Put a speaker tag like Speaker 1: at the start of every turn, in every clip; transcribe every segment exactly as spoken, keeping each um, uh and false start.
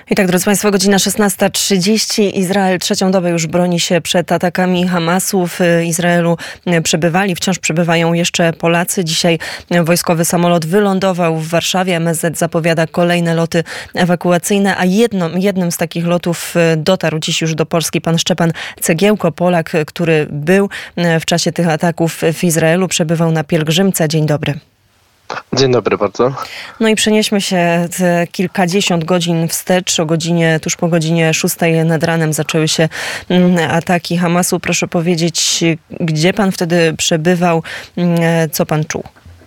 Speaker 1: I tak, drodzy Państwo, godzina szesnasta trzydzieści. Izrael trzecią dobę już broni się przed atakami Hamasu. W Izraelu przebywali, wciąż przebywają jeszcze Polacy. Dzisiaj wojskowy samolot wylądował w Warszawie. M S Z zapowiada kolejne loty ewakuacyjne, a jedno, jednym z takich lotów dotarł dziś już do Polski pan Szczepan Cegiełko, Polak, który był w czasie tych ataków w Izraelu, przebywał na pielgrzymce. Dzień dobry.
Speaker 2: Dzień dobry bardzo.
Speaker 1: No i przenieśmy się kilkadziesiąt godzin wstecz. O godzinie, tuż po godzinie szóstej nad ranem zaczęły się ataki Hamasu. Proszę powiedzieć, gdzie pan wtedy przebywał, co pan czuł?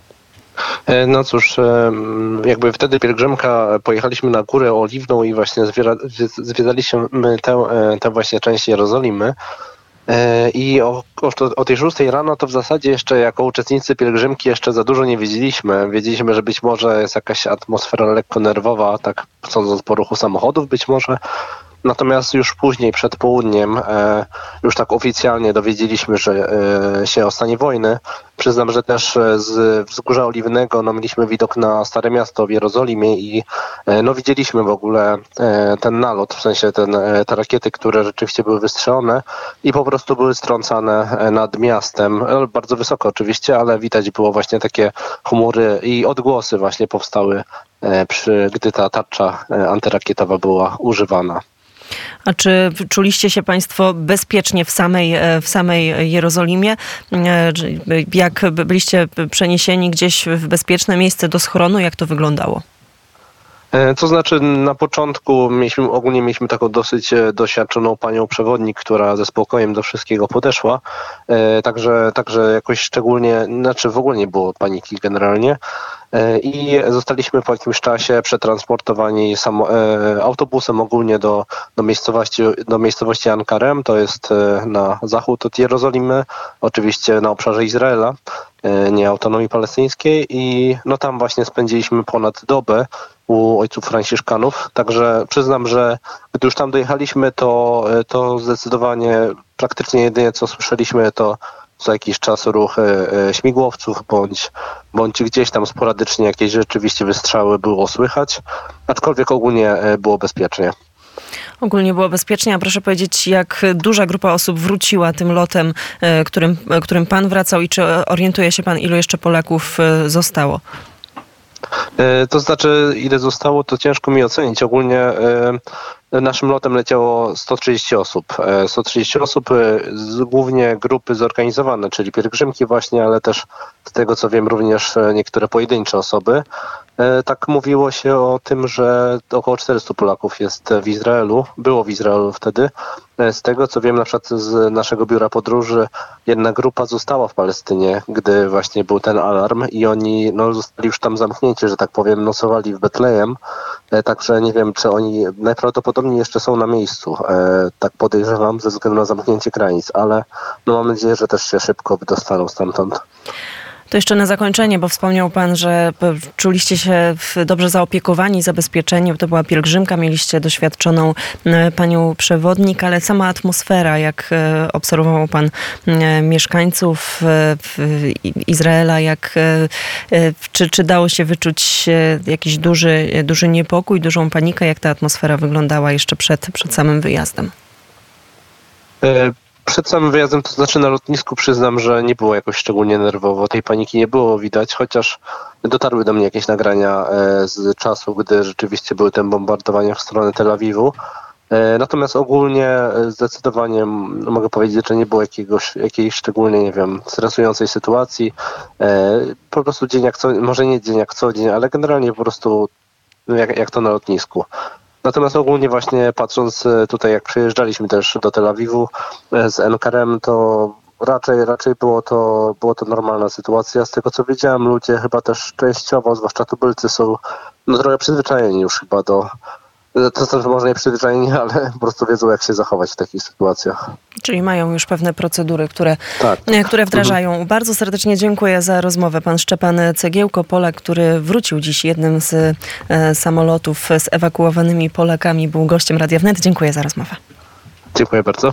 Speaker 2: No cóż, jakby wtedy pielgrzymka, pojechaliśmy na Górę Oliwną i właśnie zwiedzaliśmy tę, tę właśnie część Jerozolimy. I o, o, o tej szóstej rano to w zasadzie jeszcze jako uczestnicy pielgrzymki jeszcze za dużo nie wiedzieliśmy. Wiedzieliśmy, że być może jest jakaś atmosfera lekko nerwowa, tak sądząc po ruchu samochodów być może. Natomiast już później, przed południem, e, już tak oficjalnie dowiedzieliśmy że e, się o stanie wojny. Przyznam, że też z Wzgórza Oliwnego no, mieliśmy widok na Stare Miasto w Jerozolimie i e, no, widzieliśmy w ogóle e, ten nalot, w sensie ten, e, te rakiety, które rzeczywiście były wystrzelone i po prostu były strącane nad miastem. E, bardzo wysoko oczywiście, ale widać było właśnie takie chmury i odgłosy właśnie powstały, e, przy, gdy ta tarcza e, antyrakietowa była używana.
Speaker 1: A czy czuliście się państwo bezpiecznie w samej, w samej Jerozolimie? Jak byliście przeniesieni gdzieś w bezpieczne miejsce do schronu? Jak to wyglądało?
Speaker 2: To znaczy na początku mieliśmy, ogólnie mieliśmy taką dosyć doświadczoną panią przewodnik, która ze spokojem do wszystkiego podeszła. Także, także jakoś szczególnie, znaczy w ogóle nie było paniki generalnie. I zostaliśmy po jakimś czasie przetransportowani samo, autobusem ogólnie do, do, miejscowości, do miejscowości Ankarem, to jest na zachód od Jerozolimy, oczywiście na obszarze Izraela, nie autonomii palestyńskiej i no tam właśnie spędziliśmy ponad dobę u ojców franciszkanów, także przyznam, że gdy już tam dojechaliśmy, to, to zdecydowanie praktycznie jedynie co słyszeliśmy to co jakiś czas ruchy śmigłowców, bądź, bądź gdzieś tam sporadycznie jakieś rzeczywiście wystrzały było słychać, aczkolwiek ogólnie było bezpiecznie.
Speaker 1: Ogólnie było bezpiecznie, a proszę powiedzieć, jak duża grupa osób wróciła tym lotem, którym, którym pan wracał i czy orientuje się pan, ilu jeszcze Polaków zostało?
Speaker 2: To znaczy, ile zostało, to ciężko mi ocenić. Ogólnie naszym lotem leciało sto trzydzieści osób. sto trzydzieści osób, głównie grupy zorganizowane, czyli pielgrzymki właśnie, ale też z tego co wiem również niektóre pojedyncze osoby. Tak mówiło się o tym, że około czterystu Polaków jest w Izraelu, było w Izraelu wtedy. Z tego co wiem na przykład z naszego biura podróży jedna grupa została w Palestynie, gdy właśnie był ten alarm i oni no, zostali już tam zamknięci, że tak powiem, nocowali w Betlejem. Także nie wiem, czy oni najprawdopodobniej jeszcze są na miejscu, tak podejrzewam, ze względu na zamknięcie granic, ale no, mam nadzieję, że też się szybko wydostaną stamtąd.
Speaker 1: To jeszcze na zakończenie, bo wspomniał pan, że czuliście się dobrze zaopiekowani, zabezpieczeni. To była pielgrzymka, mieliście doświadczoną panią przewodnik, ale sama atmosfera, jak obserwował pan mieszkańców Izraela, jak, czy, czy dało się wyczuć jakiś duży, duży niepokój, dużą panikę? Jak ta atmosfera wyglądała jeszcze przed, przed samym wyjazdem?
Speaker 2: Przed samym wyjazdem, to znaczy na lotnisku przyznam, że nie było jakoś szczególnie nerwowo. Tej paniki nie było widać, chociaż dotarły do mnie jakieś nagrania z czasu, gdy rzeczywiście były te bombardowania w stronę Tel Awiwu. Natomiast ogólnie zdecydowanie mogę powiedzieć, że nie było jakiegoś, jakiejś szczególnie, nie wiem, stresującej sytuacji. Po prostu dzień jak co, może nie dzień jak co dzień, ale generalnie po prostu jak, jak to na lotnisku. Natomiast ogólnie właśnie patrząc tutaj, jak przyjeżdżaliśmy też do Tel Awiwu z Enkarem, to raczej raczej było to, było to normalna sytuacja. Z tego co wiedziałem, ludzie chyba też częściowo, zwłaszcza tubylcy, są no, trochę przyzwyczajeni już chyba do, to znaczy może nie przyzwyczajeni, ale po prostu wiedzą, jak się zachować w takich sytuacjach. Czyli mają już pewne procedury, które, tak. które wdrażają. Mhm. Bardzo serdecznie dziękuję za rozmowę. Pan Szczepan Cegiełko, Polak, który wrócił dziś jednym z e, samolotów z ewakuowanymi Polakami, był gościem Radia Wnet. Dziękuję za rozmowę. Dziękuję bardzo.